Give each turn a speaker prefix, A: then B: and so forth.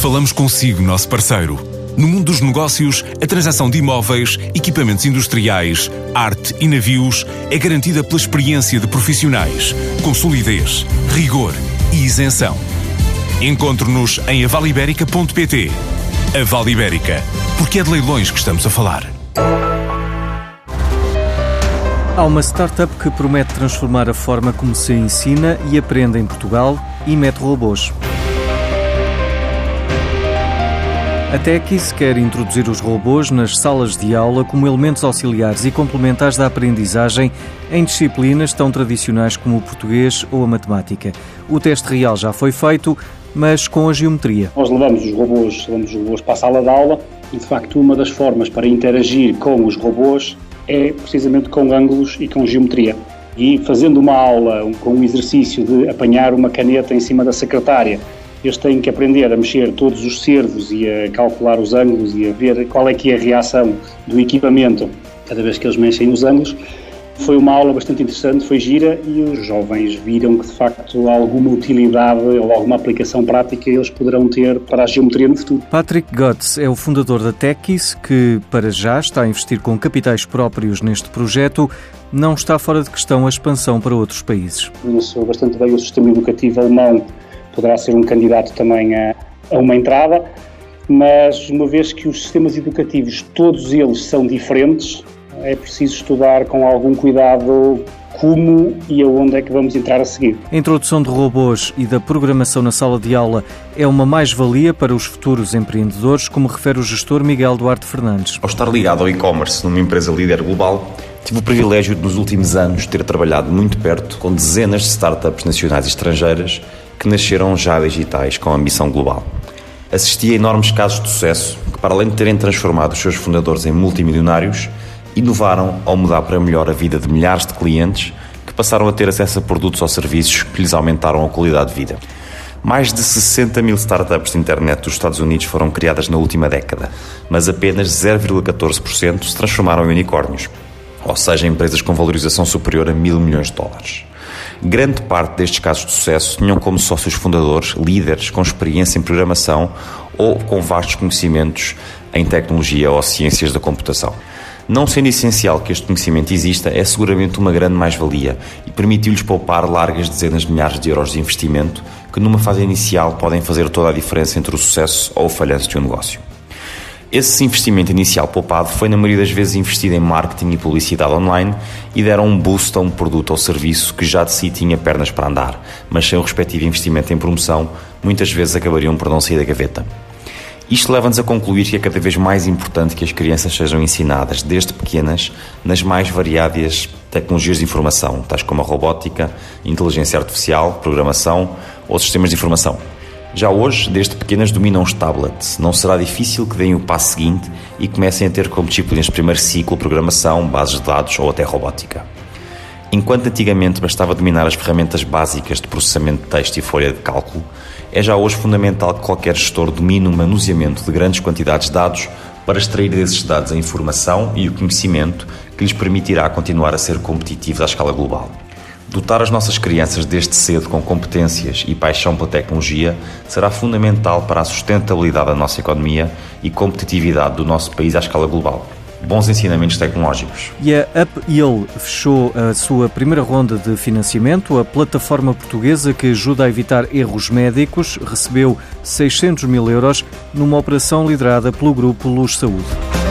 A: Falamos consigo, nosso parceiro. No mundo dos negócios, a transação de imóveis, equipamentos industriais, arte e navios é garantida pela experiência de profissionais, com solidez, rigor e isenção. Encontre-nos em avaliberica.pt. A Vale Ibérica, porque é de leilões que estamos a falar.
B: Há uma startup que promete transformar a forma como se ensina e aprende em Portugal e mete robôs. A Techies quer introduzir os robôs nas salas de aula como elementos auxiliares e complementares da aprendizagem em disciplinas tão tradicionais como o português ou a matemática. O teste real já foi feito, mas com a geometria.
C: Nós levamos os robôs para a sala de aula e, de facto, uma das formas para interagir com os robôs é precisamente com ângulos e com geometria. E fazendo uma aula com um exercício de apanhar uma caneta em cima da secretária, eles têm que aprender a mexer todos os cervos e a calcular os ângulos e a ver qual é que é a reação do equipamento cada vez que eles mexem os ângulos. Foi uma aula bastante interessante, foi gira e os jovens viram que de facto alguma utilidade ou alguma aplicação prática eles poderão ter para a geometria no futuro.
B: Patrick Götz é o fundador da Techies, que para já está a investir com capitais próprios neste projeto. Não está fora de questão a expansão para outros países.
C: Conheço bastante bem o sistema educativo alemão, poderá ser um candidato também a uma entrada, mas uma vez que os sistemas educativos, todos eles são diferentes, é preciso estudar com algum cuidado como e aonde é que vamos entrar a seguir.
B: A introdução de robôs e da programação na sala de aula é uma mais-valia para os futuros empreendedores, como refere o gestor Miguel Duarte Fernandes.
D: Ao estar ligado ao e-commerce numa empresa líder global, tive o privilégio de, nos últimos anos, ter trabalhado muito perto com dezenas de startups nacionais e estrangeiras que nasceram já digitais com ambição global. Assisti a enormes casos de sucesso que, para além de terem transformado os seus fundadores em multimilionários, inovaram ao mudar para melhor a vida de milhares de clientes que passaram a ter acesso a produtos ou serviços que lhes aumentaram a qualidade de vida. Mais de 60 mil startups de internet dos Estados Unidos foram criadas na última década, mas apenas 0,14% se transformaram em unicórnios, ou seja, empresas com valorização superior a $1.000 milhões. Grande parte destes casos de sucesso tinham como sócios fundadores líderes com experiência em programação ou com vastos conhecimentos em tecnologia ou ciências da computação. Não sendo essencial que este conhecimento exista, é seguramente uma grande mais-valia e permitiu-lhes poupar largas dezenas de milhares de euros de investimento que numa fase inicial podem fazer toda a diferença entre o sucesso ou o falhanço de um negócio. Esse investimento inicial poupado foi na maioria das vezes investido em marketing e publicidade online e deram um boost a um produto ou serviço que já de si tinha pernas para andar, mas sem o respectivo investimento em promoção, muitas vezes acabariam por não sair da gaveta. Isto leva-nos a concluir que é cada vez mais importante que as crianças sejam ensinadas, desde pequenas, nas mais variadas tecnologias de informação, tais como a robótica, inteligência artificial, programação ou sistemas de informação. Já hoje, desde pequenas, dominam os tablets. Não será difícil que deem o passo seguinte e comecem a ter como disciplinas de primeiro ciclo programação, bases de dados ou até robótica. Enquanto antigamente bastava dominar as ferramentas básicas de processamento de texto e folha de cálculo, é já hoje fundamental que qualquer gestor domine o manuseamento de grandes quantidades de dados para extrair desses dados a informação e o conhecimento que lhes permitirá continuar a ser competitivos à escala global. Dotar as nossas crianças desde cedo com competências e paixão pela tecnologia será fundamental para a sustentabilidade da nossa economia e competitividade do nosso país à escala global. Bons ensinamentos tecnológicos.
B: E a UpHeal fechou a sua primeira ronda de financiamento. A plataforma portuguesa que ajuda a evitar erros médicos recebeu 600 mil euros numa operação liderada pelo grupo Luz Saúde.